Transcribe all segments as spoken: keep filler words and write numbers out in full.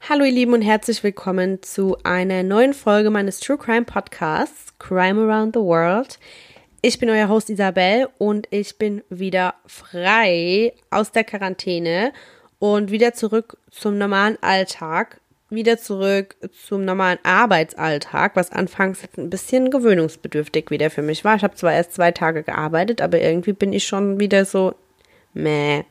Hallo ihr Lieben und herzlich willkommen zu einer neuen Folge meines True Crime Podcasts Crime Around the World. Ich bin euer Host Isabel und ich bin wieder frei aus der Quarantäne und wieder zurück zum normalen Alltag, wieder zurück zum normalen Arbeitsalltag, was anfangs ein bisschen gewöhnungsbedürftig wieder für mich war. Ich habe zwar erst zwei Tage gearbeitet, aber irgendwie bin ich schon wieder so meh.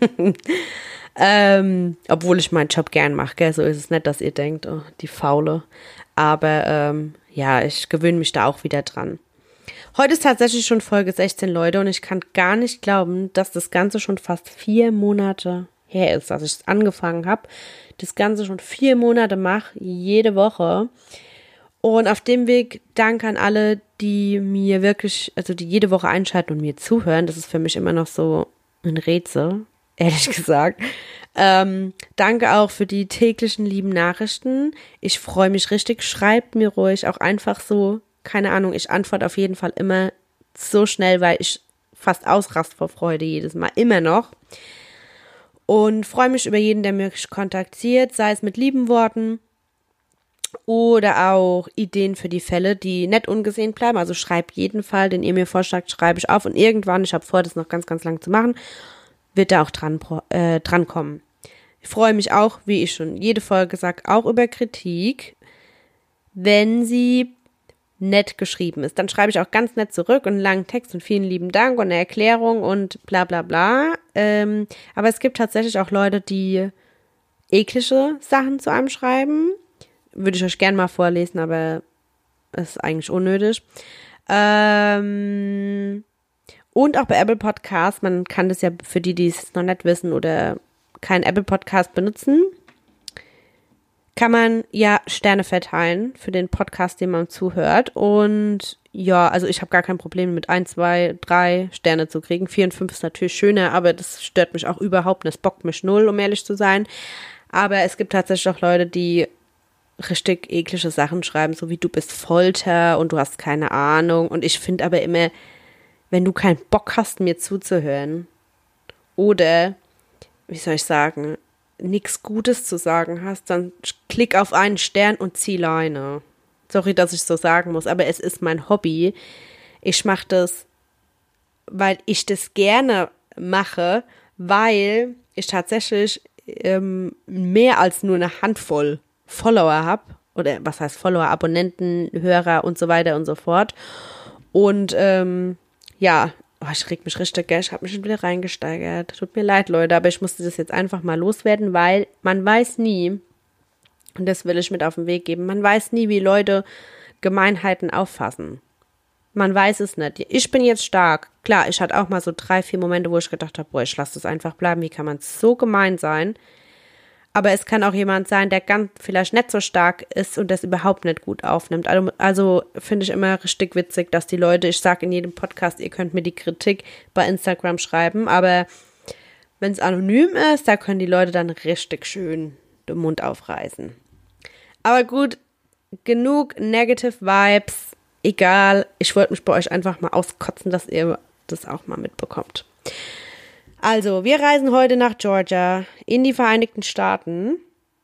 Ähm, obwohl ich meinen Job gern mache, gell? So ist es nicht, dass ihr denkt, oh, die Faule. Aber ähm, ja, ich gewöhne mich da auch wieder dran. Heute ist tatsächlich schon Folge sechzehn, Leute, und ich kann gar nicht glauben, dass das Ganze schon fast vier Monate her ist, dass ich es angefangen habe. Das Ganze schon vier Monate mache, jede Woche. Und auf dem Weg danke an alle, die mir wirklich, also die jede Woche einschalten und mir zuhören. Das ist für mich immer noch so ein Rätsel. Ehrlich gesagt. Ähm, danke auch für die täglichen lieben Nachrichten. Ich freue mich richtig. Schreibt mir ruhig auch einfach so. Keine Ahnung, ich antworte auf jeden Fall immer so schnell, weil ich fast ausrast vor Freude jedes Mal. Immer noch. Und freue mich über jeden, der mich kontaktiert, sei es mit lieben Worten oder auch Ideen für die Fälle, die nicht ungesehen bleiben. Also schreibt jeden Fall, den ihr mir vorschlagt, schreibe ich auf. Und irgendwann, ich habe vor, das noch ganz, ganz lang zu machen, wird da auch dran, äh, dran kommen. Ich freue mich auch, wie ich schon jede Folge sage, auch über Kritik, wenn sie nett geschrieben ist. Dann schreibe ich auch ganz nett zurück und einen langen Text und vielen lieben Dank und eine Erklärung und bla bla bla. Ähm, aber es gibt tatsächlich auch Leute, die eklige Sachen zu einem schreiben. Würde ich euch gerne mal vorlesen, aber es ist eigentlich unnötig. Ähm... Und auch bei Apple Podcasts, man kann das ja für die, die es noch nicht wissen oder keinen Apple Podcast benutzen, kann man ja Sterne verteilen für den Podcast, den man zuhört. Und ja, also ich habe gar kein Problem mit ein, zwei, drei Sterne zu kriegen. Vier und fünf ist natürlich schöner, aber das stört mich auch überhaupt nicht. Das bockt mich null, um ehrlich zu sein. Aber es gibt tatsächlich auch Leute, die richtig eklige Sachen schreiben, so wie du bist Folter und du hast keine Ahnung. Und ich finde aber immer, wenn du keinen Bock hast, mir zuzuhören oder, wie soll ich sagen, nichts Gutes zu sagen hast, dann klick auf einen Stern und zieh Leine. Sorry, dass ich so sagen muss, aber es ist mein Hobby. Ich mache das, weil ich das gerne mache, weil ich tatsächlich ähm, mehr als nur eine Handvoll Follower habe. Oder was heißt Follower, Abonnenten, Hörer und so weiter und so fort. Und ähm, ja, oh, ich reg mich richtig, gell? Ich habe mich schon wieder reingesteigert. Tut mir leid, Leute, aber ich musste das jetzt einfach mal loswerden, weil man weiß nie, und das will ich mit auf den Weg geben, man weiß nie, wie Leute Gemeinheiten auffassen. Man weiß es nicht. Ich bin jetzt stark. Klar, ich hatte auch mal so drei, vier Momente, wo ich gedacht habe, boah, ich lasse das einfach bleiben. Wie kann man so gemein sein? Aber es kann auch jemand sein, der ganz vielleicht nicht so stark ist und das überhaupt nicht gut aufnimmt. Also, also finde ich immer richtig witzig, dass die Leute, ich sage in jedem Podcast, ihr könnt mir die Kritik bei Instagram schreiben, aber wenn es anonym ist, da können die Leute dann richtig schön den Mund aufreißen. Aber gut, genug Negative Vibes, egal. Ich wollte mich bei euch einfach mal auskotzen, dass ihr das auch mal mitbekommt. Also, wir reisen heute nach Georgia in die Vereinigten Staaten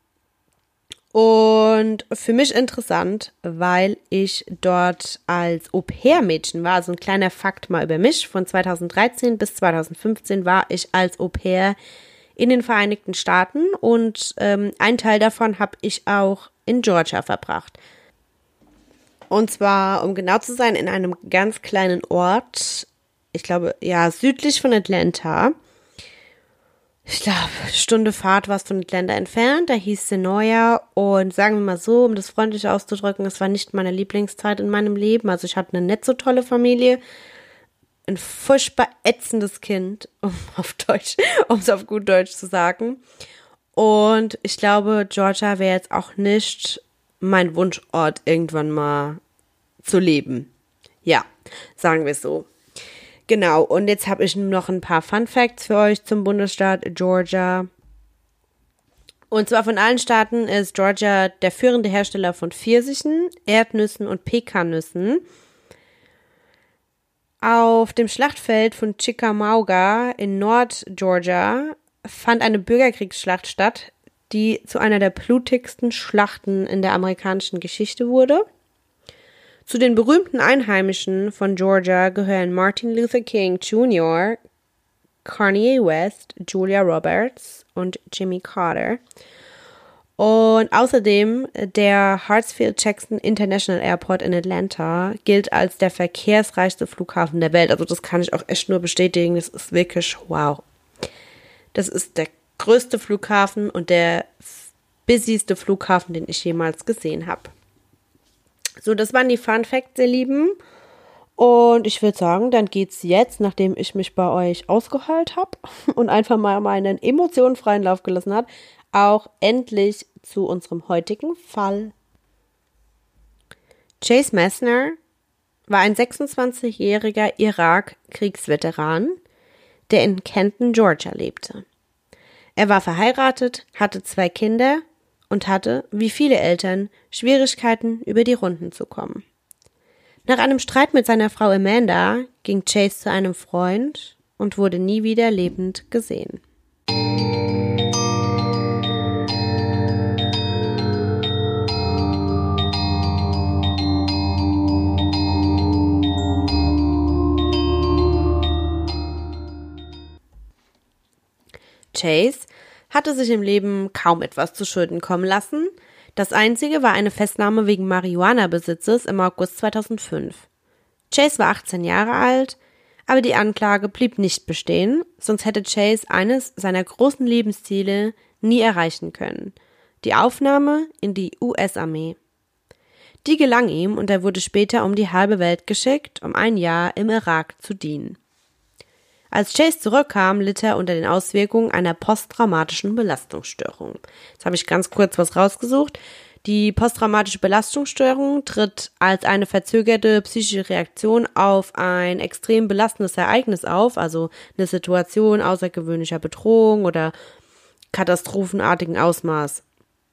und für mich interessant, weil ich dort als Au-pair-Mädchen war, also ein kleiner Fakt mal über mich, von zweitausenddreizehn bis zweitausendfünfzehn war ich als Au-pair in den Vereinigten Staaten und ähm, einen Teil davon habe ich auch in Georgia verbracht. Und zwar, um genau zu sein, in einem ganz kleinen Ort, ich glaube, ja, südlich von Atlanta. Ich glaube, Stunde Fahrt war es von Atlanta entfernt, da hieß Senoia und sagen wir mal so, um das freundlich auszudrücken, es war nicht meine Lieblingszeit in meinem Leben, also ich hatte eine nicht so tolle Familie, ein furchtbar ätzendes Kind, um auf Deutsch, um es auf gut Deutsch zu sagen, und ich glaube, Georgia wäre jetzt auch nicht mein Wunschort, irgendwann mal zu leben. Ja, sagen wir es so. Genau, und jetzt habe ich noch ein paar Fun Facts für euch zum Bundesstaat Georgia. Und zwar von allen Staaten ist Georgia der führende Hersteller von Pfirsichen, Erdnüssen und Pekannüssen. Auf dem Schlachtfeld von Chickamauga in Nord-Georgia fand eine Bürgerkriegsschlacht statt, die zu einer der blutigsten Schlachten in der amerikanischen Geschichte wurde. Zu den berühmten Einheimischen von Georgia gehören Martin Luther King Junior, Kanye West, Julia Roberts und Jimmy Carter. Und außerdem der Hartsfield-Jackson International Airport in Atlanta gilt als der verkehrsreichste Flughafen der Welt. Also das kann ich auch echt nur bestätigen. Das ist wirklich wow. Das ist der größte Flughafen und der busyste Flughafen, den ich jemals gesehen habe. So, das waren die Fun Facts, ihr Lieben. Und ich würde sagen, dann geht's jetzt, nachdem ich mich bei euch ausgeheult habe und einfach mal meinen Emotionen freien Lauf gelassen habe, auch endlich zu unserem heutigen Fall. Chase Messner war ein sechsundzwanzigjähriger Irak-Kriegsveteran, der in Kenton, Georgia lebte. Er war verheiratet, hatte zwei Kinder und hatte, wie viele Eltern, Schwierigkeiten, über die Runden zu kommen. Nach einem Streit mit seiner Frau Amanda ging Chase zu einem Freund und wurde nie wieder lebend gesehen. Chase hatte sich im Leben kaum etwas zu Schulden kommen lassen. Das Einzige war eine Festnahme wegen Marihuana-Besitzes im August zweitausendfünf. Chase war achtzehn Jahre alt, aber die Anklage blieb nicht bestehen, sonst hätte Chase eines seiner großen Lebensziele nie erreichen können: die Aufnahme in die U S-Armee. Die gelang ihm und er wurde später um die halbe Welt geschickt, um ein Jahr im Irak zu dienen. Als Chase zurückkam, litt er unter den Auswirkungen einer posttraumatischen Belastungsstörung. Jetzt habe ich ganz kurz was rausgesucht. Die posttraumatische Belastungsstörung tritt als eine verzögerte psychische Reaktion auf ein extrem belastendes Ereignis auf, also eine Situation außergewöhnlicher Bedrohung oder katastrophenartigen Ausmaß.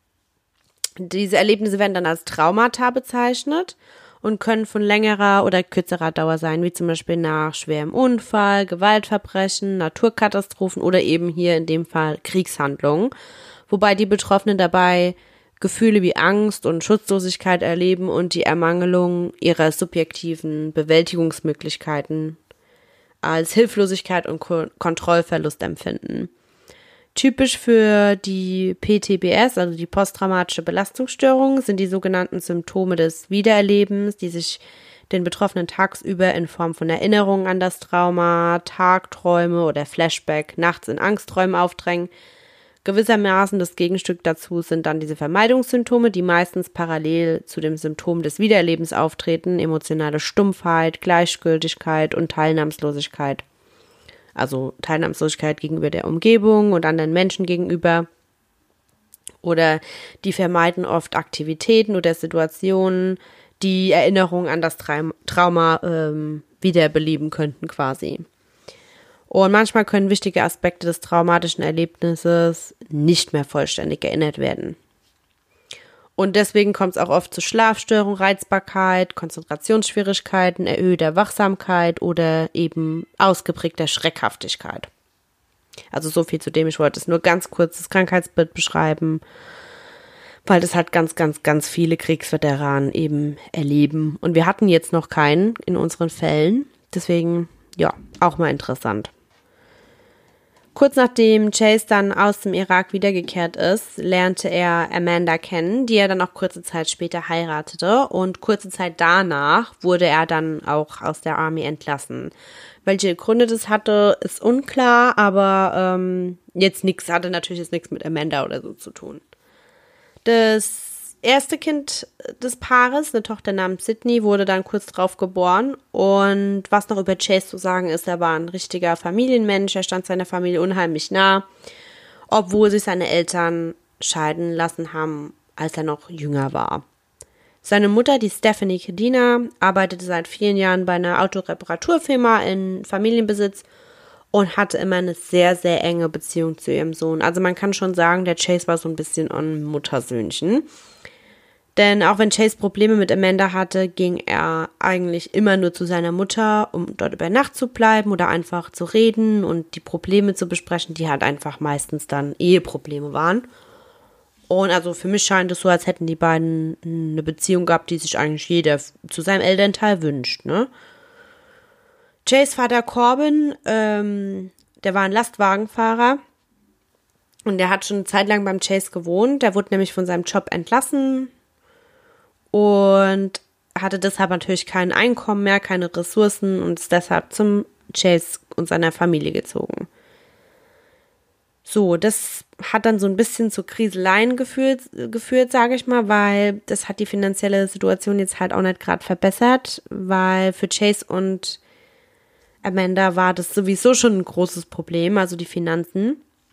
Diese Erlebnisse werden dann als Traumata bezeichnet und können von längerer oder kürzerer Dauer sein, wie zum Beispiel nach schwerem Unfall, Gewaltverbrechen, Naturkatastrophen oder eben hier in dem Fall Kriegshandlungen, wobei die Betroffenen dabei Gefühle wie Angst und Schutzlosigkeit erleben und die Ermangelung ihrer subjektiven Bewältigungsmöglichkeiten als Hilflosigkeit und Ko- Kontrollverlust empfinden. Typisch für die P T B S, also die posttraumatische Belastungsstörung, sind die sogenannten Symptome des Wiedererlebens, die sich den Betroffenen tagsüber in Form von Erinnerungen an das Trauma, Tagträume oder Flashback, nachts in Angstträumen aufdrängen. Gewissermaßen das Gegenstück dazu sind dann diese Vermeidungssymptome, die meistens parallel zu dem Symptom des Wiedererlebens auftreten: emotionale Stumpfheit, Gleichgültigkeit und Teilnahmslosigkeit. Also Teilnahmslosigkeit gegenüber der Umgebung und anderen Menschen gegenüber. Oder die vermeiden oft Aktivitäten oder Situationen, die Erinnerungen an das Trauma ähm, wiederbeleben könnten quasi. Und manchmal können wichtige Aspekte des traumatischen Erlebnisses nicht mehr vollständig erinnert werden. Und deswegen kommt es auch oft zu Schlafstörungen, Reizbarkeit, Konzentrationsschwierigkeiten, erhöhter Wachsamkeit oder eben ausgeprägter Schreckhaftigkeit. Also so viel zu dem, ich wollte es nur ganz kurz das Krankheitsbild beschreiben, weil das halt ganz, ganz, ganz viele Kriegsveteranen eben erleben. Und wir hatten jetzt noch keinen in unseren Fällen, deswegen, ja, auch mal interessant. Kurz nachdem Chase dann aus dem Irak wiedergekehrt ist, lernte er Amanda kennen, die er dann auch kurze Zeit später heiratete, und kurze Zeit danach wurde er dann auch aus der Army entlassen. Welche Gründe das hatte, ist unklar, aber ähm, jetzt nichts, hatte natürlich jetzt nichts mit Amanda oder so zu tun. Das erste Kind des Paares, eine Tochter namens Sydney, wurde dann kurz drauf geboren. Und was noch über Chase zu sagen ist, er war ein richtiger Familienmensch, er stand seiner Familie unheimlich nah, obwohl sich seine Eltern scheiden lassen haben, als er noch jünger war. Seine Mutter, die Stephanie Kedina, arbeitete seit vielen Jahren bei einer Autoreparaturfirma in Familienbesitz und hatte immer eine sehr, sehr enge Beziehung zu ihrem Sohn. Also man kann schon sagen, der Chase war so ein bisschen ein Muttersöhnchen. Denn auch wenn Chase Probleme mit Amanda hatte, ging er eigentlich immer nur zu seiner Mutter, um dort über Nacht zu bleiben oder einfach zu reden und die Probleme zu besprechen, die halt einfach meistens dann Eheprobleme waren. Und also für mich scheint es so, als hätten die beiden eine Beziehung gehabt, die sich eigentlich jeder zu seinem Elternteil wünscht, ne? Chase' Vater Corbin, ähm, der war ein Lastwagenfahrer und der hat schon eine Zeit lang beim Chase gewohnt. Der wurde nämlich von seinem Job entlassen und hatte deshalb natürlich kein Einkommen mehr, keine Ressourcen und ist deshalb zum Chase und seiner Familie gezogen. So, das hat dann so ein bisschen zu Kriseleien geführt, geführt, sage ich mal, weil das hat die finanzielle Situation jetzt halt auch nicht gerade verbessert, weil für Chase und Amanda war das sowieso schon ein großes Problem, also die Finanzen.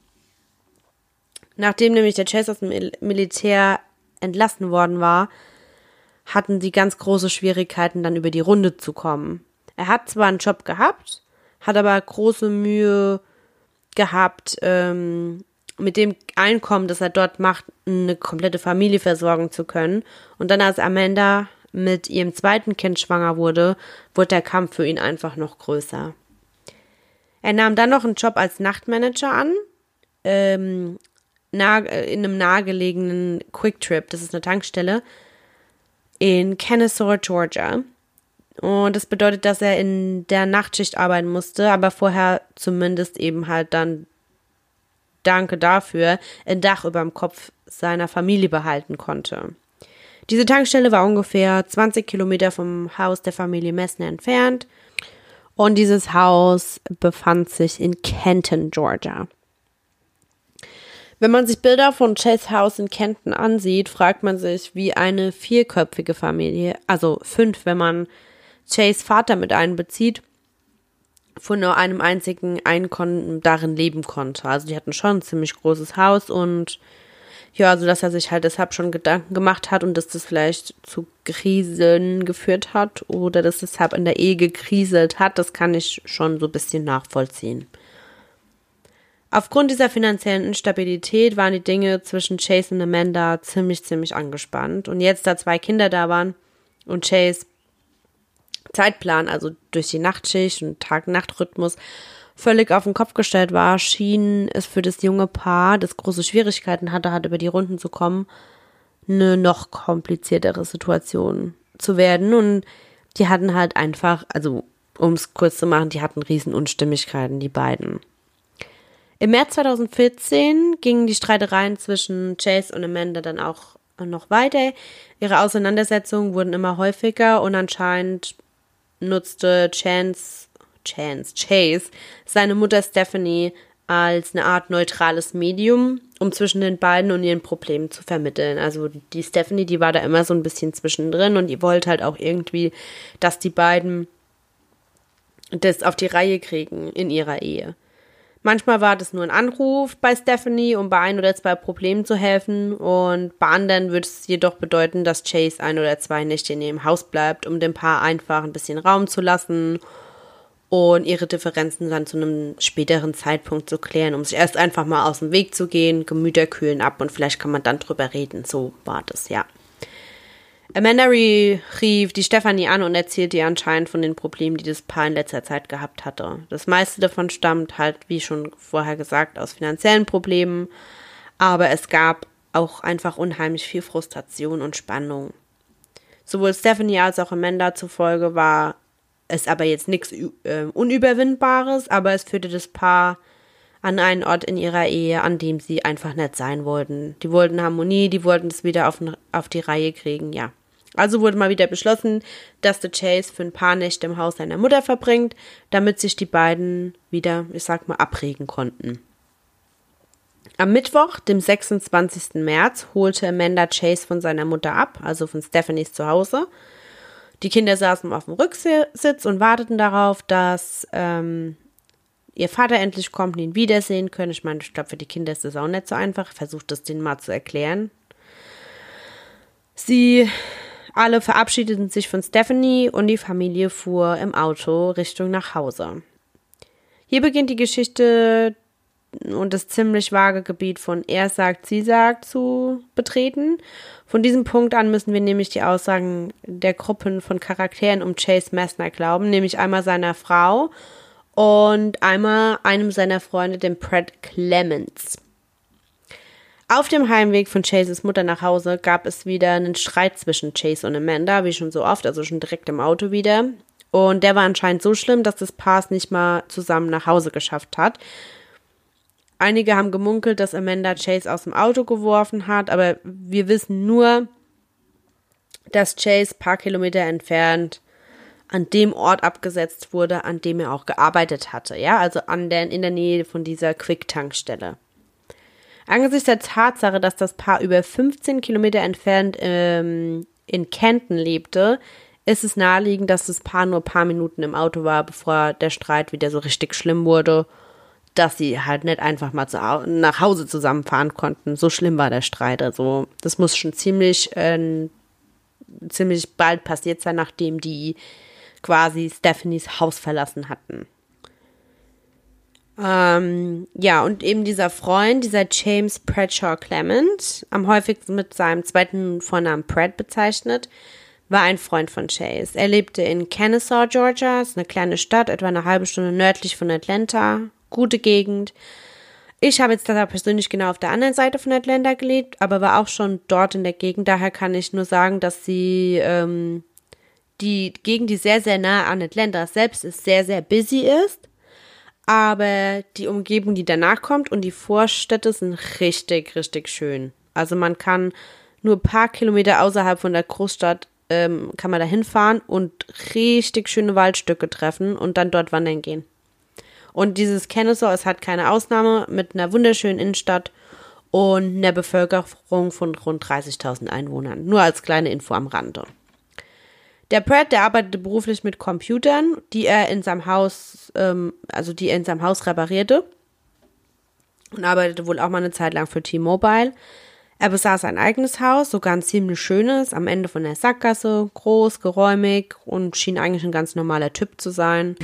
Nachdem nämlich der Chase aus dem Militär entlassen worden war, hatten sie ganz große Schwierigkeiten, dann über die Runde zu kommen. Er hat zwar einen Job gehabt, hat aber große Mühe gehabt, ähm, mit dem Einkommen, das er dort macht, eine komplette Familie versorgen zu können. Und dann, als Amanda mit ihrem zweiten Kind schwanger wurde, wurde der Kampf für ihn einfach noch größer. Er nahm dann noch einen Job als Nachtmanager an, ähm, nah, in einem nahegelegenen Quick Trip, das ist eine Tankstelle, in Kennesaw, Georgia. Und das bedeutet, dass er in der Nachtschicht arbeiten musste, aber vorher zumindest eben halt dann, danke dafür, ein Dach über dem Kopf seiner Familie behalten konnte. Diese Tankstelle war ungefähr zwanzig Kilometer vom Haus der Familie Messner entfernt und dieses Haus befand sich in Kenton, Georgia. Wenn man sich Bilder von Chase Haus in Kenton ansieht, fragt man sich, wie eine vierköpfige Familie, also fünf, wenn man Chase Vater mit einbezieht, von nur einem einzigen Einkommen darin leben konnte. Also die hatten schon ein ziemlich großes Haus und ja, also dass er sich halt deshalb schon Gedanken gemacht hat und dass das vielleicht zu Krisen geführt hat oder dass es deshalb in der Ehe gekriselt hat, das kann ich schon so ein bisschen nachvollziehen. Aufgrund dieser finanziellen Instabilität waren die Dinge zwischen Chase und Amanda ziemlich, ziemlich angespannt. Und jetzt, da zwei Kinder da waren und Chase Zeitplan, also durch die Nachtschicht und Tag-Nacht-Rhythmus, völlig auf den Kopf gestellt war, schien es für das junge Paar, das große Schwierigkeiten hatte, hat über die Runden zu kommen, eine noch kompliziertere Situation zu werden. Und die hatten halt einfach, also um es kurz zu machen, die hatten riesen Unstimmigkeiten, die beiden. Im März zweitausendvierzehn gingen die Streitereien zwischen Chase und Amanda dann auch noch weiter. Ihre Auseinandersetzungen wurden immer häufiger und anscheinend nutzte Chance, Chance, Chase seine Mutter Stephanie als eine Art neutrales Medium, um zwischen den beiden und ihren Problemen zu vermitteln. Also die Stephanie, die war da immer so ein bisschen zwischendrin und die wollte halt auch irgendwie, dass die beiden das auf die Reihe kriegen in ihrer Ehe. Manchmal war das nur ein Anruf bei Stephanie, um bei ein oder zwei Problemen zu helfen, und bei anderen würde es jedoch bedeuten, dass Chase ein oder zwei Nächte in ihrem Haus bleibt, um dem Paar einfach ein bisschen Raum zu lassen und ihre Differenzen dann zu einem späteren Zeitpunkt zu klären, um sich erst einfach mal aus dem Weg zu gehen, Gemüter kühlen ab und vielleicht kann man dann drüber reden. So war das, ja. Amanda rief die Stephanie an und erzählte ihr anscheinend von den Problemen, die das Paar in letzter Zeit gehabt hatte. Das meiste davon stammt halt, wie schon vorher gesagt, aus finanziellen Problemen, aber es gab auch einfach unheimlich viel Frustration und Spannung. Sowohl Stephanie als auch Amanda zufolge war es aber jetzt nichts äh, Unüberwindbares, aber es führte das Paar an einen Ort in ihrer Ehe, an dem sie einfach nicht sein wollten. Die wollten Harmonie, die wollten es wieder auf, auf die Reihe kriegen, ja. Also wurde mal wieder beschlossen, dass der Chase für ein paar Nächte im Haus seiner Mutter verbringt, damit sich die beiden wieder, ich sag mal, abregen konnten. Am Mittwoch, dem sechsundzwanzigsten März, holte Amanda Chase von seiner Mutter ab, also von Stephanies Zuhause. Die Kinder saßen auf dem Rücksitz und warteten darauf, dass ähm, ihr Vater endlich kommt und ihn wiedersehen können. Ich meine, ich glaube, für die Kinder ist das auch nicht so einfach. Ich versuche das denen mal zu erklären. Sie alle verabschiedeten sich von Stephanie und die Familie fuhr im Auto Richtung nach Hause. Hier beginnt die Geschichte und das ziemlich vage Gebiet von er sagt, sie sagt zu betreten. Von diesem Punkt an müssen wir nämlich die Aussagen der Gruppen von Charakteren um Chase Messner glauben, nämlich einmal seiner Frau und einmal einem seiner Freunde, dem Brad Clemens. Auf dem Heimweg von Chases Mutter nach Hause gab es wieder einen Streit zwischen Chase und Amanda, wie schon so oft, also schon direkt im Auto wieder. Und der war anscheinend so schlimm, dass das Paar es nicht mal zusammen nach Hause geschafft hat. Einige haben gemunkelt, dass Amanda Chase aus dem Auto geworfen hat, aber wir wissen nur, dass Chase ein paar Kilometer entfernt an dem Ort abgesetzt wurde, an dem er auch gearbeitet hatte, ja, also an der, in der Nähe von dieser Quick-Tankstelle. Angesichts der Tatsache, dass das Paar über fünfzehn Kilometer entfernt ähm, in Canton lebte, ist es naheliegend, dass das Paar nur ein paar Minuten im Auto war, bevor der Streit wieder so richtig schlimm wurde, dass sie halt nicht einfach mal zu, nach Hause zusammenfahren konnten. So schlimm war der Streit. Also das muss schon ziemlich, äh, ziemlich bald passiert sein, nachdem die quasi Stephanies Haus verlassen hatten. Ähm, ja, und eben dieser Freund, dieser James Bradshaw Clement, am häufigsten mit seinem zweiten Vornamen Pratt bezeichnet, war ein Freund von Chase. Er lebte in Kennesaw, Georgia, ist eine kleine Stadt, etwa eine halbe Stunde nördlich von Atlanta. Gute Gegend. Ich habe jetzt da persönlich genau auf der anderen Seite von Atlanta gelebt, aber war auch schon dort in der Gegend. Daher kann ich nur sagen, dass sie ähm, die Gegend, die sehr, sehr nah an Atlanta selbst ist, sehr, sehr busy ist. Aber die Umgebung, die danach kommt und die Vorstädte sind richtig, richtig schön. Also man kann nur ein paar Kilometer außerhalb von der Großstadt ähm, kann man da hinfahren und richtig schöne Waldstücke treffen und dann dort wandern gehen. Und dieses Kennesaw ist halt keine Ausnahme mit einer wunderschönen Innenstadt und einer Bevölkerung von rund dreißigtausend Einwohnern. Nur als kleine Info am Rande. Der Pratt, der arbeitete beruflich mit Computern, die er in seinem Haus, ähm, also die er in seinem Haus reparierte und arbeitete wohl auch mal eine Zeit lang für T-Mobile. Er besaß ein eigenes Haus, sogar ein ziemlich schönes, am Ende von der Sackgasse, groß, geräumig und schien eigentlich ein ganz normaler Typ zu sein.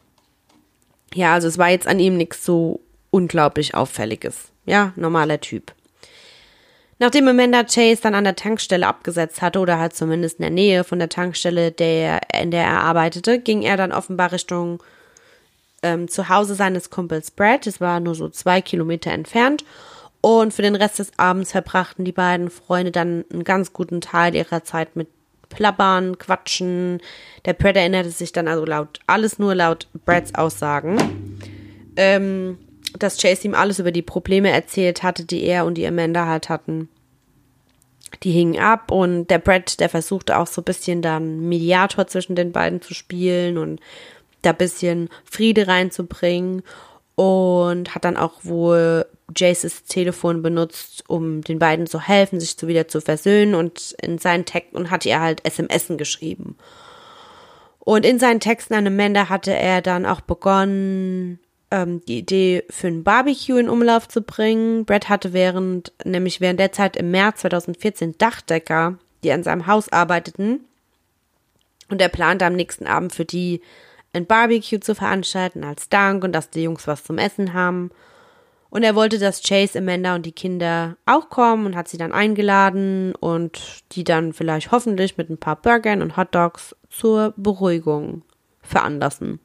Ja, also es war jetzt an ihm nichts so unglaublich Auffälliges. Ja, normaler Typ. Nachdem Amanda Chase dann an der Tankstelle abgesetzt hatte, oder halt zumindest in der Nähe von der Tankstelle, der, in der er arbeitete, ging er dann offenbar Richtung ähm, Zuhause seines Kumpels Brad. Es war nur so zwei Kilometer entfernt. Und für den Rest des Abends verbrachten die beiden Freunde dann einen ganz guten Teil ihrer Zeit mit Plappern, Quatschen. Der Brad erinnerte sich dann also laut, alles nur laut Brads Aussagen, ähm, dass Chase ihm alles über die Probleme erzählt hatte, die er und die Amanda halt hatten. Die hingen ab und der Brad, der versuchte auch so ein bisschen dann Mediator zwischen den beiden zu spielen und da ein bisschen Friede reinzubringen und hat dann auch wohl Jaces Telefon benutzt, um den beiden zu helfen, sich so wieder zu versöhnen und in seinen Text und hatte er halt S M S geschrieben. Und in seinen Texten an Amanda hatte er dann auch begonnen, ähm, die Idee für ein Barbecue in Umlauf zu bringen. Brad hatte während, nämlich während der Zeit im März zweitausendvierzehn Dachdecker, die an seinem Haus arbeiteten. Und er plante am nächsten Abend für die ein Barbecue zu veranstalten als Dank und dass die Jungs was zum Essen haben. Und er wollte, dass Chase, Amanda und die Kinder auch kommen und hat sie dann eingeladen und die dann vielleicht hoffentlich mit ein paar Burgern und Hotdogs zur Beruhigung veranlassen.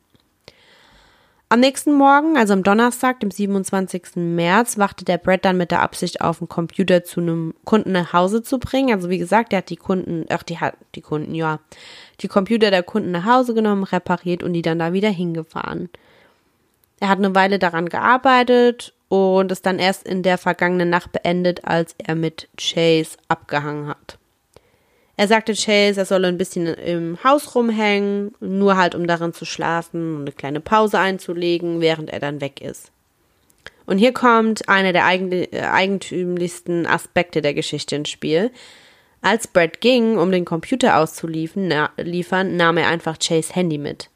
Am nächsten Morgen, also am Donnerstag, dem siebenundzwanzigsten März, wachte der Brad dann mit der Absicht auf, einen Computer zu einem Kunden nach Hause zu bringen. Also wie gesagt, der hat die Kunden, ach, die hat die Kunden, ja, die Computer der Kunden nach Hause genommen, repariert und die dann da wieder hingefahren. Er hat eine Weile daran gearbeitet und ist dann erst in der vergangenen Nacht beendet, als er mit Chase abgehangen hat. Er sagte Chase, er solle ein bisschen im Haus rumhängen, nur halt um darin zu schlafen und eine kleine Pause einzulegen, während er dann weg ist. Und hier kommt einer der eigentümlichsten Aspekte der Geschichte ins Spiel. Als Brad ging, um den Computer auszuliefern, nahm er einfach Chase' Handy mit.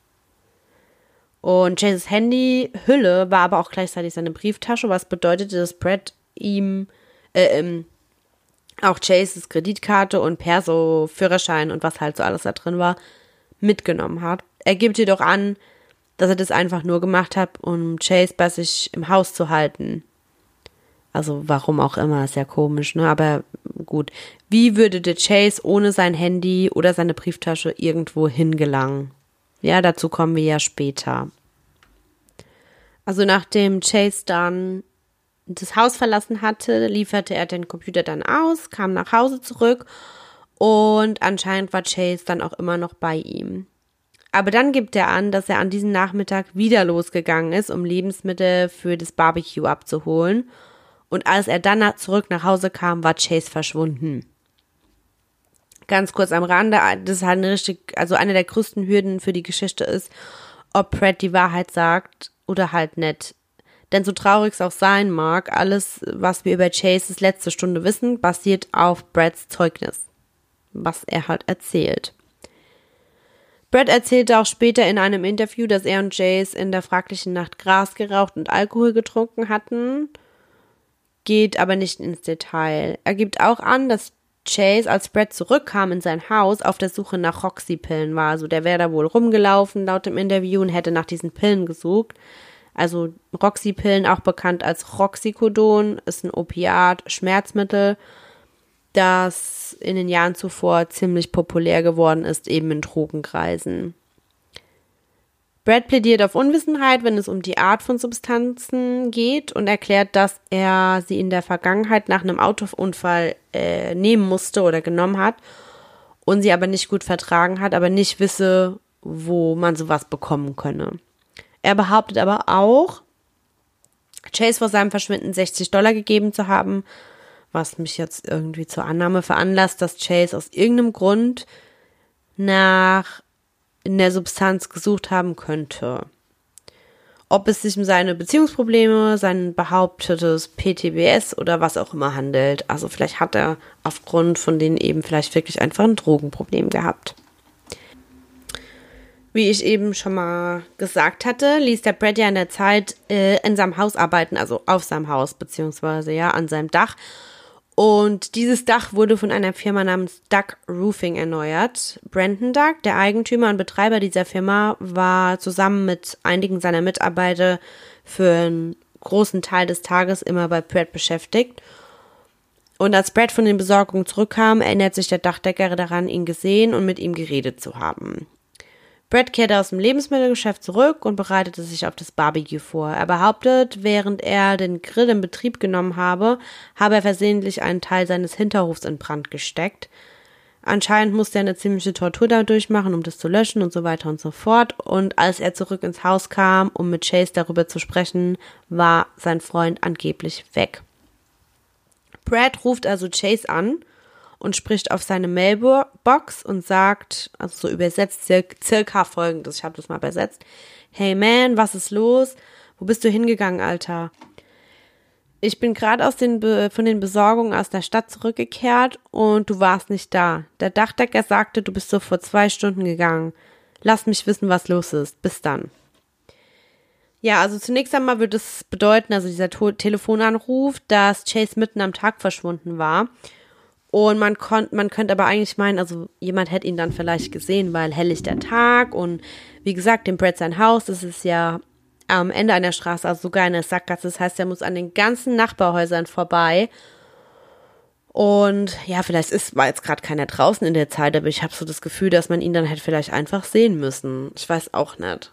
Und Chases Handyhülle war aber auch gleichzeitig seine Brieftasche, was bedeutete, dass Brad ihm äh, ähm, auch Chases Kreditkarte und Perso, Führerschein und was halt so alles da drin war, mitgenommen hat. Er gibt jedoch an, dass er das einfach nur gemacht hat, um Chase bei sich im Haus zu halten. Also warum auch immer, ist ja komisch, ne? Aber gut. Wie würde der Chase ohne sein Handy oder seine Brieftasche irgendwo hingelangen? Ja, dazu kommen wir ja später. Also nachdem Chase dann das Haus verlassen hatte, lieferte er den Computer dann aus, kam nach Hause zurück und anscheinend war Chase dann auch immer noch bei ihm. Aber dann gibt er an, dass er an diesem Nachmittag wieder losgegangen ist, um Lebensmittel für das Barbecue abzuholen. Und als er dann zurück nach Hause kam, war Chase verschwunden. Ganz kurz am Rande, das ist halt eine richtig, also eine der größten Hürden für die Geschichte ist, ob Brad die Wahrheit sagt oder halt nicht. Denn so traurig es auch sein mag, alles, was wir über Chases letzte Stunde wissen, basiert auf Brads Zeugnis, was er halt erzählt. Brad erzählte auch später in einem Interview, dass er und Chase in der fraglichen Nacht Gras geraucht und Alkohol getrunken hatten, geht aber nicht ins Detail. Er gibt auch an, dass Chase, als Brad zurückkam in sein Haus, auf der Suche nach Roxy-Pillen war. Also der wäre da wohl rumgelaufen, laut dem Interview, und hätte nach diesen Pillen gesucht. Also Roxy-Pillen, auch bekannt als Roxycodon, ist ein Opiat, Schmerzmittel, das in den Jahren zuvor ziemlich populär geworden ist, eben in Drogenkreisen. Brad plädiert auf Unwissenheit, wenn es um die Art von Substanzen geht, und erklärt, dass er sie in der Vergangenheit nach einem Autounfall äh, nehmen musste oder genommen hat und sie aber nicht gut vertragen hat, aber nicht wisse, wo man sowas bekommen könne. Er behauptet aber auch, Chase vor seinem Verschwinden sechzig Dollar gegeben zu haben, was mich jetzt irgendwie zur Annahme veranlasst, dass Chase aus irgendeinem Grund nach in der Substanz gesucht haben könnte. Ob es sich um seine Beziehungsprobleme, sein behauptetes P T B S oder was auch immer handelt. Also vielleicht hat er aufgrund von denen eben vielleicht wirklich einfach ein Drogenproblem gehabt. Wie ich eben schon mal gesagt hatte, ließ der Brad ja in der Zeit äh, in seinem Haus arbeiten, also auf seinem Haus, beziehungsweise ja an seinem Dach. Und dieses Dach wurde von einer Firma namens Duck Roofing erneuert. Brandon Duck, der Eigentümer und Betreiber dieser Firma, war zusammen mit einigen seiner Mitarbeiter für einen großen Teil des Tages immer bei Brad beschäftigt. Und als Brad von den Besorgungen zurückkam, erinnert sich der Dachdecker daran, ihn gesehen und mit ihm geredet zu haben. Brad kehrte aus dem Lebensmittelgeschäft zurück und bereitete sich auf das Barbecue vor. Er behauptet, während er den Grill in Betrieb genommen habe, habe er versehentlich einen Teil seines Hinterhofs in Brand gesteckt. Anscheinend musste er eine ziemliche Tortur dadurch machen, um das zu löschen und so weiter und so fort. Und als er zurück ins Haus kam, um mit Chase darüber zu sprechen, war sein Freund angeblich weg. Brad ruft also Chase an und spricht auf seine Mailbox und sagt, also so übersetzt circa, circa folgendes, ich habe das mal übersetzt: Hey man, was ist los? Wo bist du hingegangen, Alter? Ich bin gerade aus den Be- von den Besorgungen aus der Stadt zurückgekehrt und du warst nicht da. Der Dachdecker sagte, du bist so vor zwei Stunden gegangen. Lass mich wissen, was los ist. Bis dann. Ja, also zunächst einmal würde es bedeuten, also dieser to- Telefonanruf, dass Chase mitten am Tag verschwunden war. Und man konnte, man könnte aber eigentlich meinen, also jemand hätte ihn dann vielleicht gesehen, weil helllichter Tag und wie gesagt, dem Brad sein Haus, das ist ja am Ende einer Straße, also sogar eine Sackgasse, das heißt, er muss an den ganzen Nachbarhäusern vorbei. Und ja, vielleicht ist, war jetzt gerade keiner draußen in der Zeit, aber ich habe so das Gefühl, dass man ihn dann hätte vielleicht einfach sehen müssen. Ich weiß auch nicht.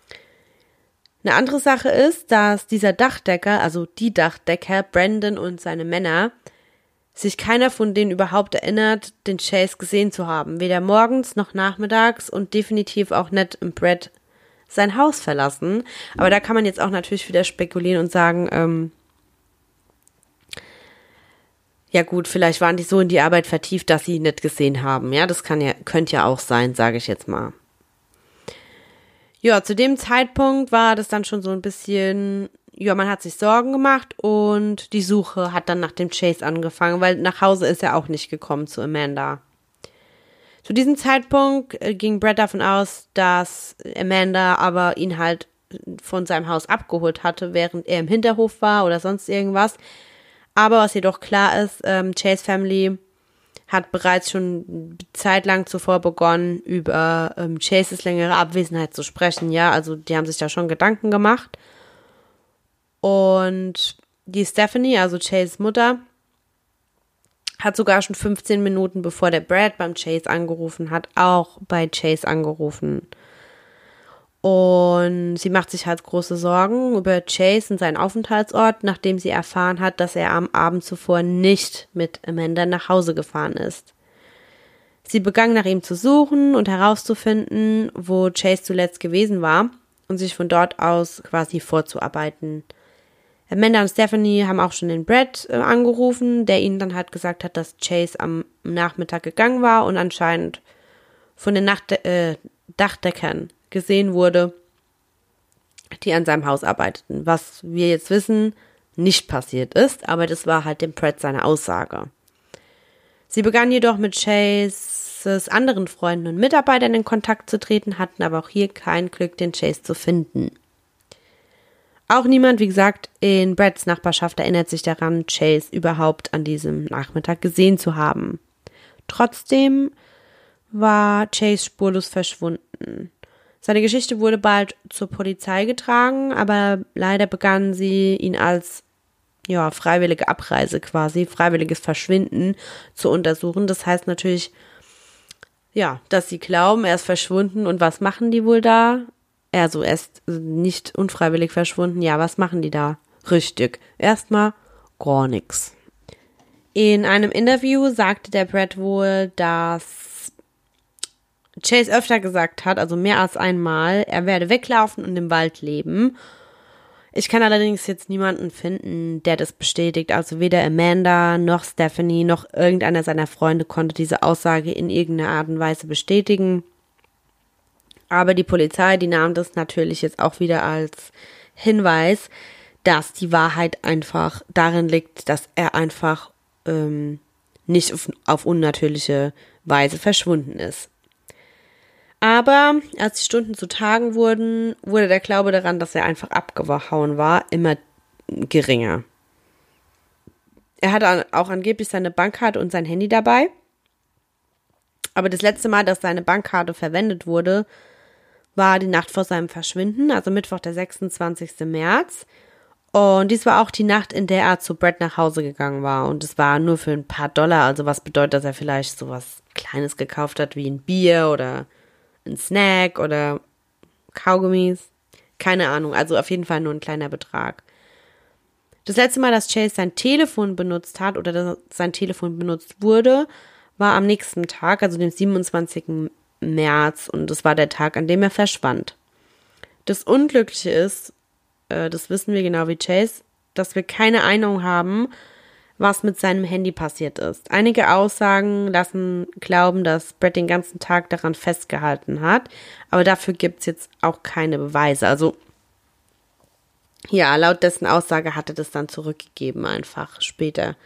Eine andere Sache ist, dass dieser Dachdecker, also die Dachdecker, Brandon und seine Männer, sich keiner von denen überhaupt erinnert, den Chase gesehen zu haben. Weder morgens noch nachmittags und definitiv auch nicht im Brad sein Haus verlassen. Aber da kann man jetzt auch natürlich wieder spekulieren und sagen, ähm, ja gut, vielleicht waren die so in die Arbeit vertieft, dass sie ihn nicht gesehen haben. Ja, das kann ja, könnte ja auch sein, sage ich jetzt mal. Ja, zu dem Zeitpunkt war das dann schon so ein bisschen, ja, man hat sich Sorgen gemacht und die Suche hat dann nach dem Chase angefangen, weil nach Hause ist er auch nicht gekommen zu Amanda. Zu diesem Zeitpunkt ging Brad davon aus, dass Amanda aber ihn halt von seinem Haus abgeholt hatte, während er im Hinterhof war oder sonst irgendwas. Aber was jedoch klar ist, ähm, Chase Family hat bereits schon eine Zeit lang zuvor begonnen, über ähm, Chases längere Abwesenheit zu sprechen. Ja, also die haben sich da schon Gedanken gemacht. Und die Stephanie, also Chases Mutter, hat sogar schon fünfzehn Minuten bevor der Brad beim Chase angerufen hat, auch bei Chase angerufen. Und sie macht sich halt große Sorgen über Chase und seinen Aufenthaltsort, nachdem sie erfahren hat, dass er am Abend zuvor nicht mit Amanda nach Hause gefahren ist. Sie begann nach ihm zu suchen und herauszufinden, wo Chase zuletzt gewesen war und sich von dort aus quasi vorzuarbeiten. Amanda und Stephanie haben auch schon den Brad äh, angerufen, der ihnen dann halt gesagt hat, dass Chase am Nachmittag gegangen war und anscheinend von den Nacht- äh, Dachdeckern gesehen wurde, die an seinem Haus arbeiteten. Was wir jetzt wissen, nicht passiert ist, aber das war halt dem Brad seine Aussage. Sie begann jedoch mit Chases anderen Freunden und Mitarbeitern in Kontakt zu treten, hatten aber auch hier kein Glück, den Chase zu finden. Auch niemand, wie gesagt, in Brads Nachbarschaft erinnert sich daran, Chase überhaupt an diesem Nachmittag gesehen zu haben. Trotzdem war Chase spurlos verschwunden. Seine Geschichte wurde bald zur Polizei getragen, aber leider begannen sie, ihn als ja, freiwillige Abreise quasi, freiwilliges Verschwinden zu untersuchen. Das heißt natürlich, ja, dass sie glauben, er ist verschwunden und was machen die wohl da? Also er ist nicht unfreiwillig verschwunden. Ja, was machen die da? Richtig. Erstmal gar nichts. In einem Interview sagte der Brad wohl, dass Chase öfter gesagt hat, also mehr als einmal, er werde weglaufen und im Wald leben. Ich kann allerdings jetzt niemanden finden, der das bestätigt. Also weder Amanda noch Stephanie noch irgendeiner seiner Freunde konnte diese Aussage in irgendeiner Art und Weise bestätigen. Aber die Polizei, die nahm das natürlich jetzt auch wieder als Hinweis, dass die Wahrheit einfach darin liegt, dass er einfach ähm, nicht auf, auf unnatürliche Weise verschwunden ist. Aber als die Stunden zu Tagen wurden, wurde der Glaube daran, dass er einfach abgehauen war, immer geringer. Er hatte auch angeblich seine Bankkarte und sein Handy dabei. Aber das letzte Mal, dass seine Bankkarte verwendet wurde, war die Nacht vor seinem Verschwinden, also Mittwoch, der sechsundzwanzigsten März. Und dies war auch die Nacht, in der er zu Brad nach Hause gegangen war. Und es war nur für ein paar Dollar, also was bedeutet, dass er vielleicht sowas Kleines gekauft hat, wie ein Bier oder ein Snack oder Kaugummis. Keine Ahnung, also auf jeden Fall nur ein kleiner Betrag. Das letzte Mal, dass Chase sein Telefon benutzt hat oder dass sein Telefon benutzt wurde, war am nächsten Tag, also dem siebenundzwanzigsten März, und das war der Tag, an dem er verschwand. Das Unglückliche ist, äh, das wissen wir genau wie Chase, dass wir keine Ahnung haben, was mit seinem Handy passiert ist. Einige Aussagen lassen glauben, dass Brad den ganzen Tag daran festgehalten hat, aber dafür gibt es jetzt auch keine Beweise. Also ja, laut dessen Aussage hatte das dann zurückgegeben einfach später.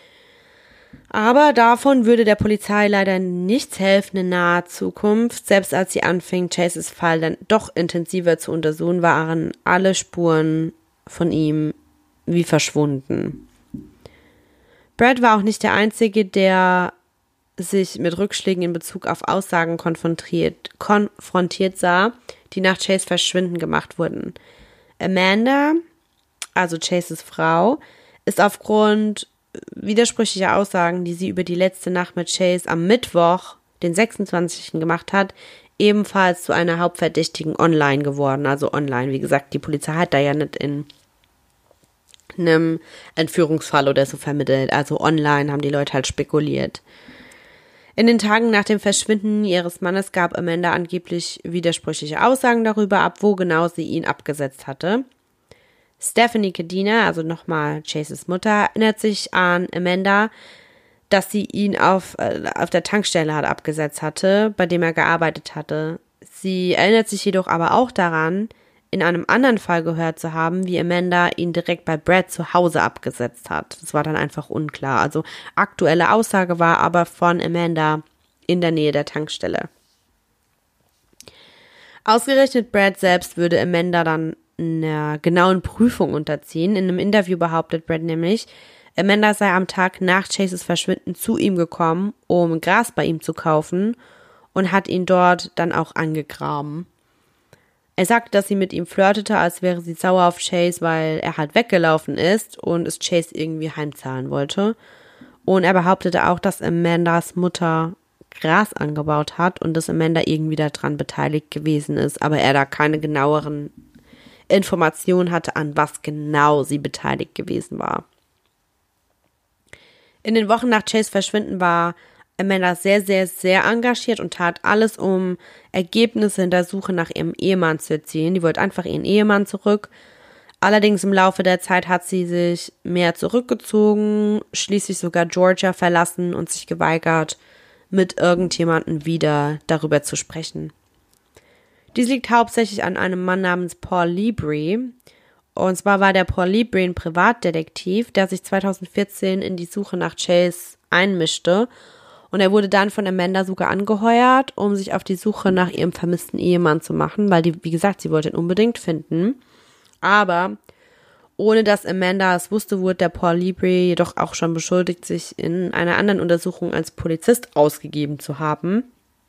Aber davon würde der Polizei leider nichts helfen in naher Zukunft. Selbst als sie anfing, Chases Fall dann doch intensiver zu untersuchen, waren alle Spuren von ihm wie verschwunden. Brad war auch nicht der Einzige, der sich mit Rückschlägen in Bezug auf Aussagen konfrontiert, konfrontiert sah, die nach Chase Verschwinden gemacht wurden. Amanda, also Chases Frau, ist aufgrund widersprüchlicher Aussagen, die sie über die letzte Nacht mit Chase am Mittwoch, den sechsundzwanzigsten gemacht hat, ebenfalls zu einer Hauptverdächtigen online geworden. Also online, wie gesagt, die Polizei hat da ja nicht in einem Entführungsfall oder so vermittelt. Also online haben die Leute halt spekuliert. In den Tagen nach dem Verschwinden ihres Mannes gab Amanda angeblich widersprüchliche Aussagen darüber ab, wo genau sie ihn abgesetzt hatte. Stephanie Cadena, also nochmal Chases Mutter, erinnert sich an Amanda, dass sie ihn auf, äh, auf der Tankstelle hat abgesetzt hatte, bei dem er gearbeitet hatte. Sie erinnert sich jedoch aber auch daran, in einem anderen Fall gehört zu haben, wie Amanda ihn direkt bei Brad zu Hause abgesetzt hat. Das war dann einfach unklar. Also aktuelle Aussage war aber von Amanda in der Nähe der Tankstelle. Ausgerechnet Brad selbst würde Amanda dann einer genauen Prüfung unterziehen. In einem Interview behauptet Brad nämlich, Amanda sei am Tag nach Chases Verschwinden zu ihm gekommen, um Gras bei ihm zu kaufen, und hat ihn dort dann auch angegraben. Er sagte, dass sie mit ihm flirtete, als wäre sie sauer auf Chase, weil er halt weggelaufen ist und es Chase irgendwie heimzahlen wollte. Und er behauptete auch, dass Amandas Mutter Gras angebaut hat und dass Amanda irgendwie daran beteiligt gewesen ist, aber er da keine genaueren Informationen hatte, an was genau sie beteiligt gewesen war. In den Wochen nach Chase Verschwinden war Amanda sehr, sehr, sehr engagiert und tat alles, um Ergebnisse in der Suche nach ihrem Ehemann zu erzielen. Die wollte einfach ihren Ehemann zurück. Allerdings im Laufe der Zeit hat sie sich mehr zurückgezogen, schließlich sogar Georgia verlassen und sich geweigert, mit irgendjemandem wieder darüber zu sprechen. Dies liegt hauptsächlich an einem Mann namens Paul Libri. Und zwar war der Paul Libri ein Privatdetektiv, der sich zweitausendvierzehn in die Suche nach Chase einmischte. Und er wurde dann von Amanda sogar angeheuert, um sich auf die Suche nach ihrem vermissten Ehemann zu machen, weil die, wie gesagt, sie wollte ihn unbedingt finden. Aber ohne dass Amanda es wusste, wurde der Paul Libri jedoch auch schon beschuldigt, sich in einer anderen Untersuchung als Polizist ausgegeben zu haben,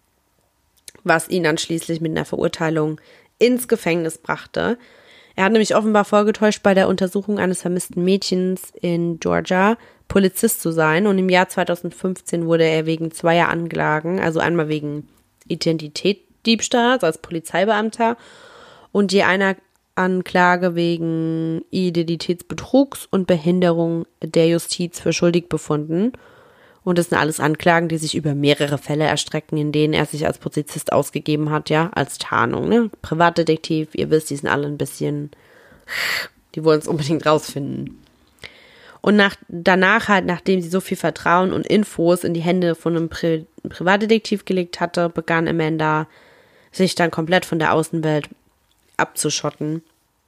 was ihn dann schließlich mit einer Verurteilung ins Gefängnis brachte. Er hat nämlich offenbar vorgetäuscht, bei der Untersuchung eines vermissten Mädchens in Georgia Polizist zu sein. Und im Jahr zweitausendfünfzehn wurde er wegen zweier Anklagen, also einmal wegen Identitätsdiebstahls als Polizeibeamter und je einer Anklage wegen Identitätsbetrugs und Behinderung der Justiz für schuldig befunden. Und das sind alles Anklagen, die sich über mehrere Fälle erstrecken, in denen er sich als Polizist ausgegeben hat, ja, als Tarnung, ne? Privatdetektiv, ihr wisst, die sind alle ein bisschen, die wollen es unbedingt rausfinden. Und nach, danach halt, nachdem sie so viel Vertrauen und Infos in die Hände von einem Pri- Privatdetektiv gelegt hatte, begann Amanda sich dann komplett von der Außenwelt abzuschotten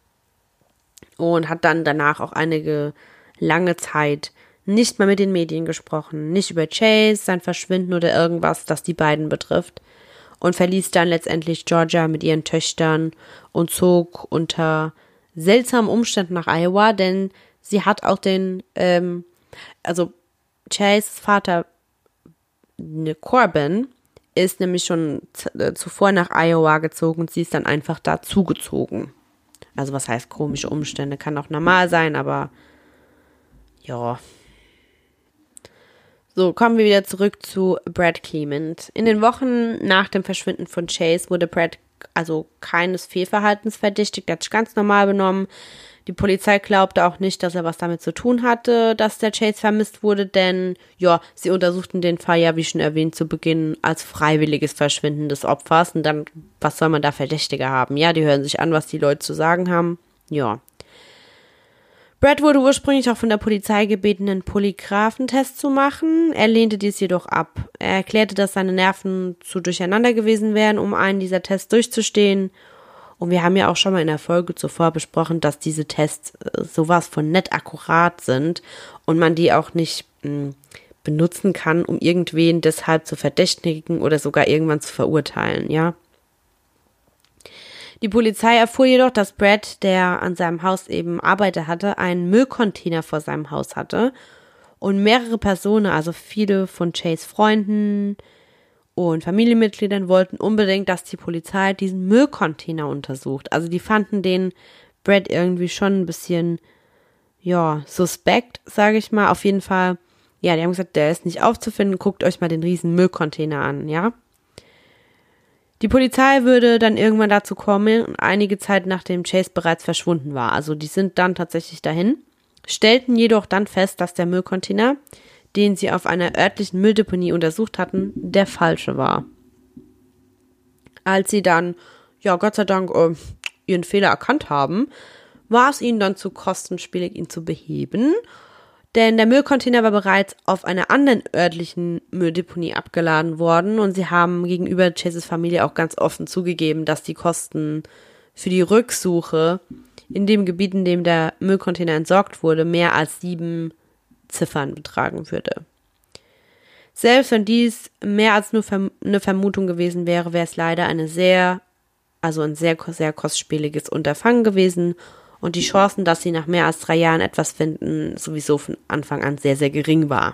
und hat dann danach auch einige lange Zeit nicht mal mit den Medien gesprochen, nicht über Chase, sein Verschwinden oder irgendwas, das die beiden betrifft, und verließ dann letztendlich Georgia mit ihren Töchtern und zog unter seltsamen Umständen nach Iowa, denn sie hat auch den, ähm, also Chases Vater, ne, Corbin, ist nämlich schon z- äh, zuvor nach Iowa gezogen und sie ist dann einfach dazugezogen. Also was heißt komische Umstände, kann auch normal sein, aber ja. So, kommen wir wieder zurück zu Brad Clement. In den Wochen nach dem Verschwinden von Chase wurde Brad also keines Fehlverhaltens verdächtigt, er hat sich ganz normal benommen. Die Polizei glaubte auch nicht, dass er was damit zu tun hatte, dass der Chase vermisst wurde, denn ja, sie untersuchten den Fall ja, wie schon erwähnt, zu Beginn als freiwilliges Verschwinden des Opfers. Und dann, was soll man da Verdächtige haben? Ja, die hören sich an, was die Leute zu sagen haben. Ja. Brad wurde ursprünglich auch von der Polizei gebeten, einen Polygraphentest zu machen. Er lehnte dies jedoch ab. Er erklärte, dass seine Nerven zu durcheinander gewesen wären, um einen dieser Tests durchzustehen. Und wir haben ja auch schon mal in der Folge zuvor besprochen, dass diese Tests sowas von nett akkurat sind und man die auch nicht mh, benutzen kann, um irgendwen deshalb zu verdächtigen oder sogar irgendwann zu verurteilen, ja. Die Polizei erfuhr jedoch, dass Brad, der an seinem Haus eben Arbeiter hatte, einen Müllcontainer vor seinem Haus hatte und mehrere Personen, also viele von Chase Freunden und Familienmitgliedern, wollten unbedingt, dass die Polizei diesen Müllcontainer untersucht. Also die fanden den Brad irgendwie schon ein bisschen, ja, suspekt, sage ich mal. Auf jeden Fall, ja, die haben gesagt, der ist nicht aufzufinden, guckt euch mal den riesen Müllcontainer an, ja. Die Polizei würde dann irgendwann dazu kommen, einige Zeit nachdem Chase bereits verschwunden war. Also die sind dann tatsächlich dahin, stellten jedoch dann fest, dass der Müllcontainer, den sie auf einer örtlichen Mülldeponie untersucht hatten, der falsche war. Als sie dann, ja Gott sei Dank, äh, ihren Fehler erkannt haben, war es ihnen dann zu kostenspielig, ihn zu beheben. Denn der Müllcontainer war bereits auf einer anderen örtlichen Mülldeponie abgeladen worden und sie haben gegenüber Chases Familie auch ganz offen zugegeben, dass die Kosten für die Rücksuche in dem Gebiet, in dem der Müllcontainer entsorgt wurde, mehr als sieben Ziffern betragen würde. Selbst wenn dies mehr als nur eine Vermutung gewesen wäre, wäre es leider eine sehr, also ein sehr, sehr kostspieliges Unterfangen gewesen. Und die Chancen, dass sie nach mehr als drei Jahren etwas finden, sowieso von Anfang an sehr, sehr gering war.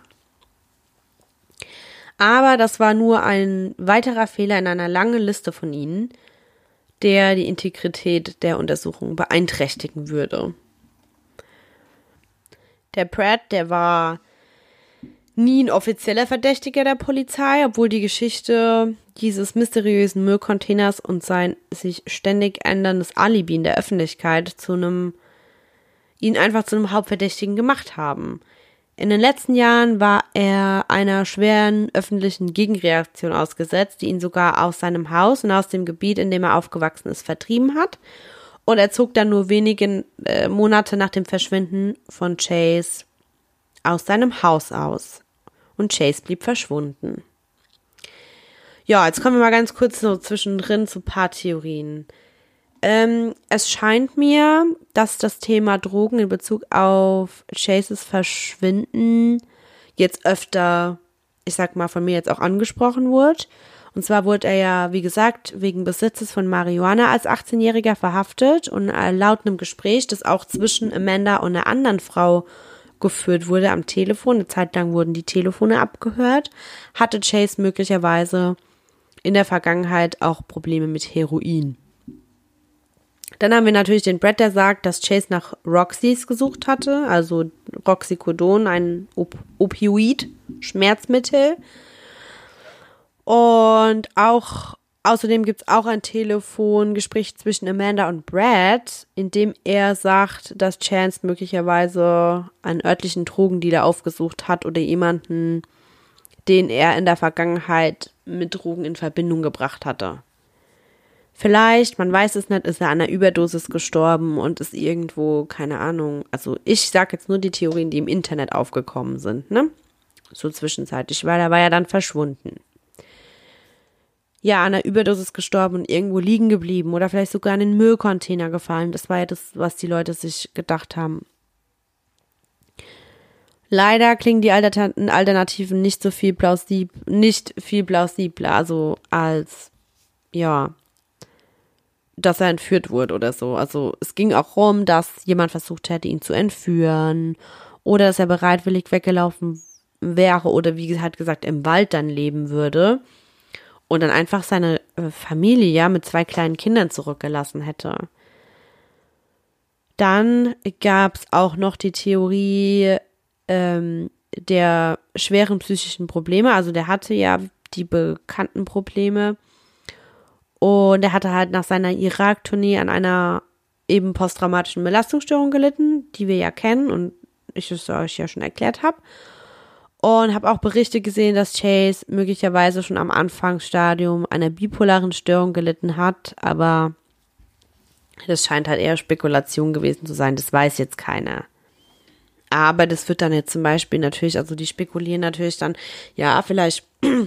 Aber das war nur ein weiterer Fehler in einer langen Liste von ihnen, der die Integrität der Untersuchung beeinträchtigen würde. Der Brad, der war nie ein offizieller Verdächtiger der Polizei, obwohl die Geschichte dieses mysteriösen Müllcontainers und sein sich ständig änderndes Alibi in der Öffentlichkeit zu einem, ihn einfach zu einem Hauptverdächtigen gemacht haben. In den letzten Jahren war er einer schweren öffentlichen Gegenreaktion ausgesetzt, die ihn sogar aus seinem Haus und aus dem Gebiet, in dem er aufgewachsen ist, vertrieben hat. Und er zog dann nur wenige äh, Monate nach dem Verschwinden von Chase aus seinem Haus aus. Und Chase blieb verschwunden. Ja, jetzt kommen wir mal ganz kurz so zwischendrin zu ein paar Theorien. Ähm, es scheint mir, dass das Thema Drogen in Bezug auf Chases Verschwinden jetzt öfter, ich sag mal, von mir jetzt auch angesprochen wurde. Und zwar wurde er ja, wie gesagt, wegen Besitzes von Marihuana als achtzehnjähriger verhaftet und laut einem Gespräch, das auch zwischen Amanda und einer anderen Frau geführt wurde am Telefon, eine Zeit lang wurden die Telefone abgehört, hatte Chase möglicherweise in der Vergangenheit auch Probleme mit Heroin. Dann haben wir natürlich den Brad, der sagt, dass Chase nach Roxys gesucht hatte, also Roxycodon, ein Op- Opioid, Schmerzmittel. Und auch außerdem gibt es auch ein Telefongespräch zwischen Amanda und Brad, in dem er sagt, dass Chance möglicherweise einen örtlichen Drogendealer aufgesucht hat oder jemanden, den er in der Vergangenheit mit Drogen in Verbindung gebracht hatte. Vielleicht, man weiß es nicht, ist er an einer Überdosis gestorben und ist irgendwo, keine Ahnung, also ich sage jetzt nur die Theorien, die im Internet aufgekommen sind, ne? So zwischenzeitlich, weil er war ja dann verschwunden. Ja, an einer Überdosis gestorben und irgendwo liegen geblieben oder vielleicht sogar in den Müllcontainer gefallen. Das war ja das, was die Leute sich gedacht haben. Leider klingen die Alternativen nicht so viel plausib, nicht viel plausibler, also als, ja, dass er entführt wurde oder so. Also es ging auch rum, dass jemand versucht hätte, ihn zu entführen oder dass er bereitwillig weggelaufen wäre oder wie halt gesagt im Wald dann leben würde und dann einfach seine Familie ja mit zwei kleinen Kindern zurückgelassen hätte. Dann gab es auch noch die Theorie ähm, der schweren psychischen Probleme. Also der hatte ja die bekannten Probleme. Und er hatte halt nach seiner Irak-Tournee an einer eben posttraumatischen Belastungsstörung gelitten, die wir ja kennen und ich es euch ja schon erklärt habe. Und habe auch Berichte gesehen, dass Chase möglicherweise schon am Anfangsstadium einer bipolaren Störung gelitten hat, aber das scheint halt eher Spekulation gewesen zu sein, das weiß jetzt keiner. Aber das wird dann jetzt zum Beispiel natürlich, also die spekulieren natürlich dann, ja, vielleicht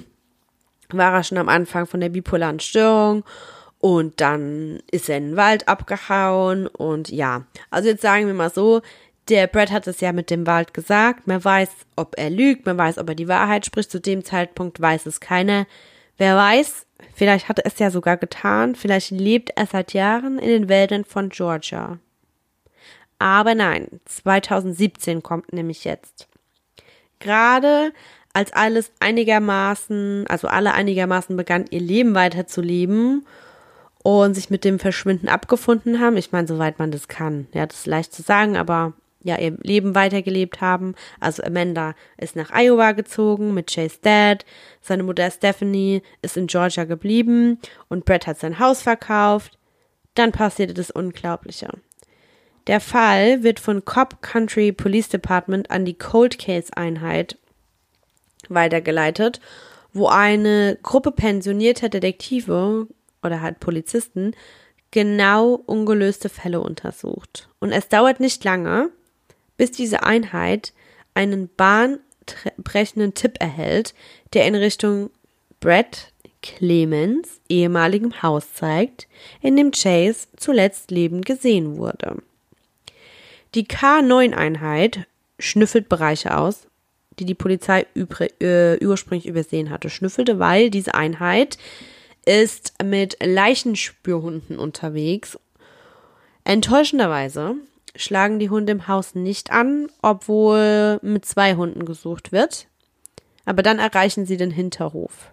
war er schon am Anfang von der bipolaren Störung und dann ist er in den Wald abgehauen und ja, also jetzt sagen wir mal so, der Brad hat es ja mit dem Wald gesagt, man weiß, ob er lügt, man weiß, ob er die Wahrheit spricht, zu dem Zeitpunkt weiß es keiner. Wer weiß, vielleicht hat er es ja sogar getan, vielleicht lebt er seit Jahren in den Wäldern von Georgia. Aber nein, zweitausendsiebzehn kommt nämlich jetzt. Gerade als alles einigermaßen, also alle einigermaßen begannen, ihr Leben weiterzuleben und sich mit dem Verschwinden abgefunden haben. Ich meine, soweit man das kann. Ja, das ist leicht zu sagen, aber ja, ihr Leben weitergelebt haben. Also Amanda ist nach Iowa gezogen mit Chase Dad. Seine Mutter Stephanie ist in Georgia geblieben und Brad hat sein Haus verkauft. Dann passierte das Unglaubliche. Der Fall wird von Cobb County Police Department an die Cold Case Einheit weitergeleitet, wo eine Gruppe pensionierter Detektive oder halt Polizisten genau ungelöste Fälle untersucht. Und es dauert nicht lange, bis diese Einheit einen bahnbrechenden Tipp erhält, der in Richtung Brad Clemens ehemaligem Haus zeigt, in dem Chase zuletzt lebend gesehen wurde. Die K neun Einheit schnüffelt Bereiche aus, die die Polizei übr- äh, ursprünglich übersehen hatte. Schnüffelte, weil diese Einheit ist mit Leichenspürhunden unterwegs. Enttäuschenderweise schlagen die Hunde im Haus nicht an, obwohl mit zwei Hunden gesucht wird. Aber dann erreichen sie den Hinterhof.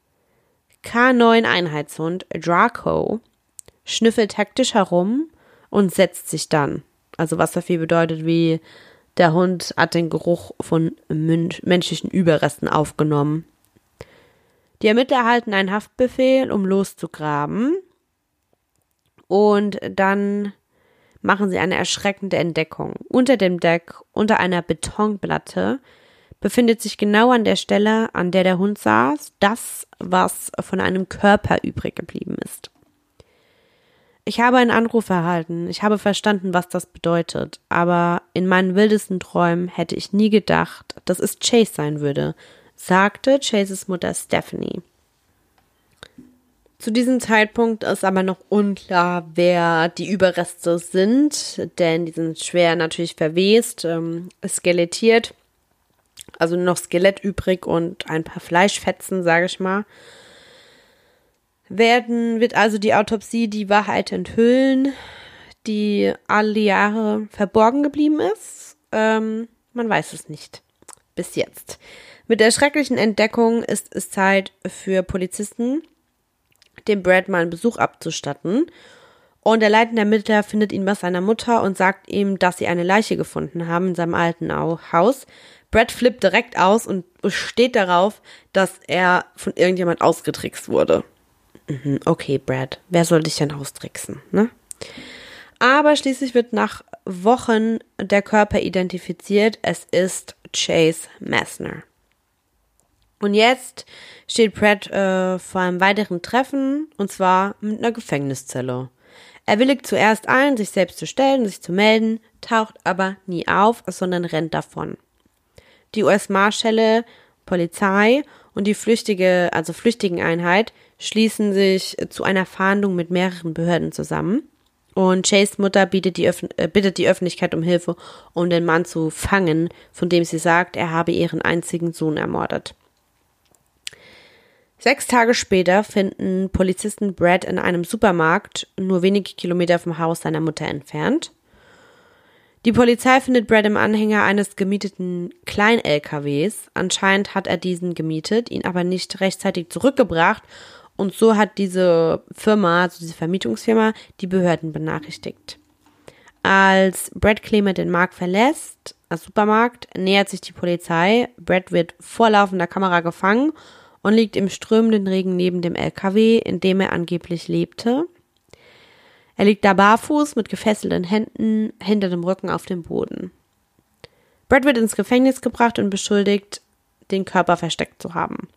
K neun Einheitshund Draco schnüffelt hektisch herum und setzt sich dann. Also was so viel bedeutet wie Der Hund hat den Geruch von menschlichen Überresten aufgenommen. Die Ermittler erhalten einen Haftbefehl, um loszugraben. Und dann machen sie eine erschreckende Entdeckung. Unter dem Deck, unter einer Betonplatte, befindet sich genau an der Stelle, an der der Hund saß, das, was von einem Körper übrig geblieben ist. Ich habe einen Anruf erhalten. Ich habe verstanden, was das bedeutet. Aber in meinen wildesten Träumen hätte ich nie gedacht, dass es Chase sein würde, sagte Chases Mutter Stephanie. Zu diesem Zeitpunkt ist aber noch unklar, wer die Überreste sind, denn die sind schwer natürlich verwest, ähm, skelettiert, also nur noch Skelett übrig und ein paar Fleischfetzen, sage ich mal. Werden wird also die Autopsie die Wahrheit enthüllen, die alle Jahre verborgen geblieben ist? Ähm, man weiß es nicht. Bis jetzt. Mit der schrecklichen Entdeckung ist es Zeit für Polizisten, dem Brad mal einen Besuch abzustatten. Und der leitende Ermittler findet ihn bei seiner Mutter und sagt ihm, dass sie eine Leiche gefunden haben in seinem alten Haus. Brad flippt direkt aus und besteht darauf, dass er von irgendjemand ausgetrickst wurde. Mhm, okay, Brad, wer soll dich denn austricksen, ne? Aber schließlich wird nach Wochen der Körper identifiziert. Es ist Chase Messner. Und jetzt steht Brad äh, vor einem weiteren Treffen, und zwar mit einer Gefängniszelle. Er willigt zuerst ein, sich selbst zu stellen, sich zu melden, taucht aber nie auf, sondern rennt davon. Die U S-Marschälle, Polizei und die flüchtige, also Flüchtigeneinheit schließen sich zu einer Fahndung mit mehreren Behörden zusammen. Und Chase' Mutter bietet die Öff- äh, bittet die Öffentlichkeit um Hilfe, um den Mann zu fangen, von dem sie sagt, er habe ihren einzigen Sohn ermordet. Sechs Tage später finden Polizisten Brad in einem Supermarkt, nur wenige Kilometer vom Haus seiner Mutter entfernt. Die Polizei findet Brad im Anhänger eines gemieteten Klein-L K Ws. Anscheinend hat er diesen gemietet, ihn aber nicht rechtzeitig zurückgebracht. Und so hat diese Firma, also diese Vermietungsfirma, die Behörden benachrichtigt. Als Brad Clement den Markt verlässt, als Supermarkt, nähert sich die Polizei. Brad wird vor laufender Kamera gefangen und liegt im strömenden Regen neben dem L K W, in dem er angeblich lebte. Er liegt da barfuß mit gefesselten Händen hinter dem Rücken auf dem Boden. Brad wird ins Gefängnis gebracht und beschuldigt, den Körper versteckt zu haben.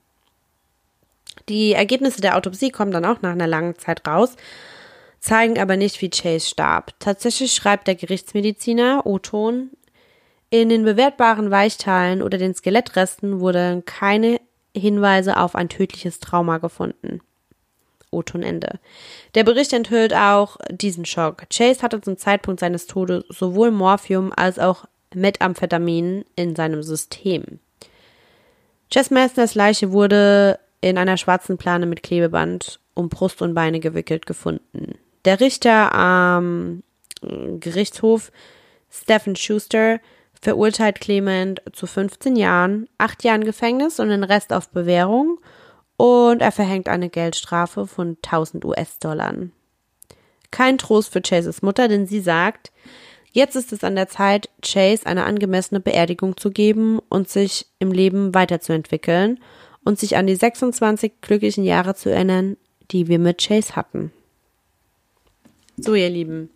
Die Ergebnisse der Autopsie kommen dann auch nach einer langen Zeit raus, zeigen aber nicht, wie Chase starb. Tatsächlich schreibt der Gerichtsmediziner O-Ton, in den bewertbaren Weichteilen oder den Skelettresten wurden keine Hinweise auf ein tödliches Trauma gefunden. O-Ton Ende. Der Bericht enthüllt auch diesen Schock. Chase hatte zum Zeitpunkt seines Todes sowohl Morphium als auch Methamphetamin in seinem System. Chase Messners Leiche wurde in einer schwarzen Plane mit Klebeband um Brust und Beine gewickelt gefunden. Der Richter am Gerichtshof, Stephen Schuster, verurteilt Clement zu fünfzehn Jahren, acht Jahren Gefängnis und den Rest auf Bewährung, und er verhängt eine Geldstrafe von tausend U S-Dollar. Kein Trost für Chases Mutter, denn sie sagt, jetzt ist es an der Zeit, Chase eine angemessene Beerdigung zu geben und sich im Leben weiterzuentwickeln und sich an die sechsundzwanzig glücklichen Jahre zu erinnern, die wir mit Chase hatten. So, ihr Lieben,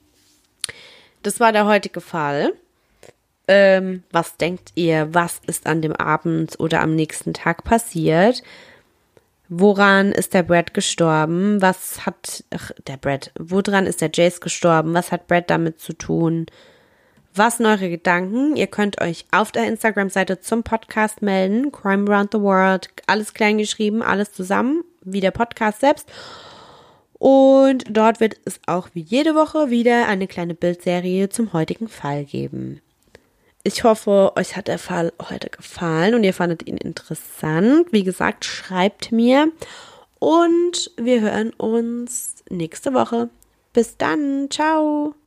das war der heutige Fall. Ähm, was denkt ihr, was ist an dem Abend oder am nächsten Tag passiert? Woran ist der Brad gestorben? Was hat, ach, der Brad, woran ist der Chase gestorben? Was hat Brad damit zu tun? Was sind eure Gedanken? Ihr könnt euch auf der Instagram-Seite zum Podcast melden. Crime Around the World. Alles klein geschrieben, alles zusammen, wie der Podcast selbst. Und dort wird es auch wie jede Woche wieder eine kleine Bildserie zum heutigen Fall geben. Ich hoffe, euch hat der Fall heute gefallen und ihr fandet ihn interessant. Wie gesagt, schreibt mir und wir hören uns nächste Woche. Bis dann. Ciao.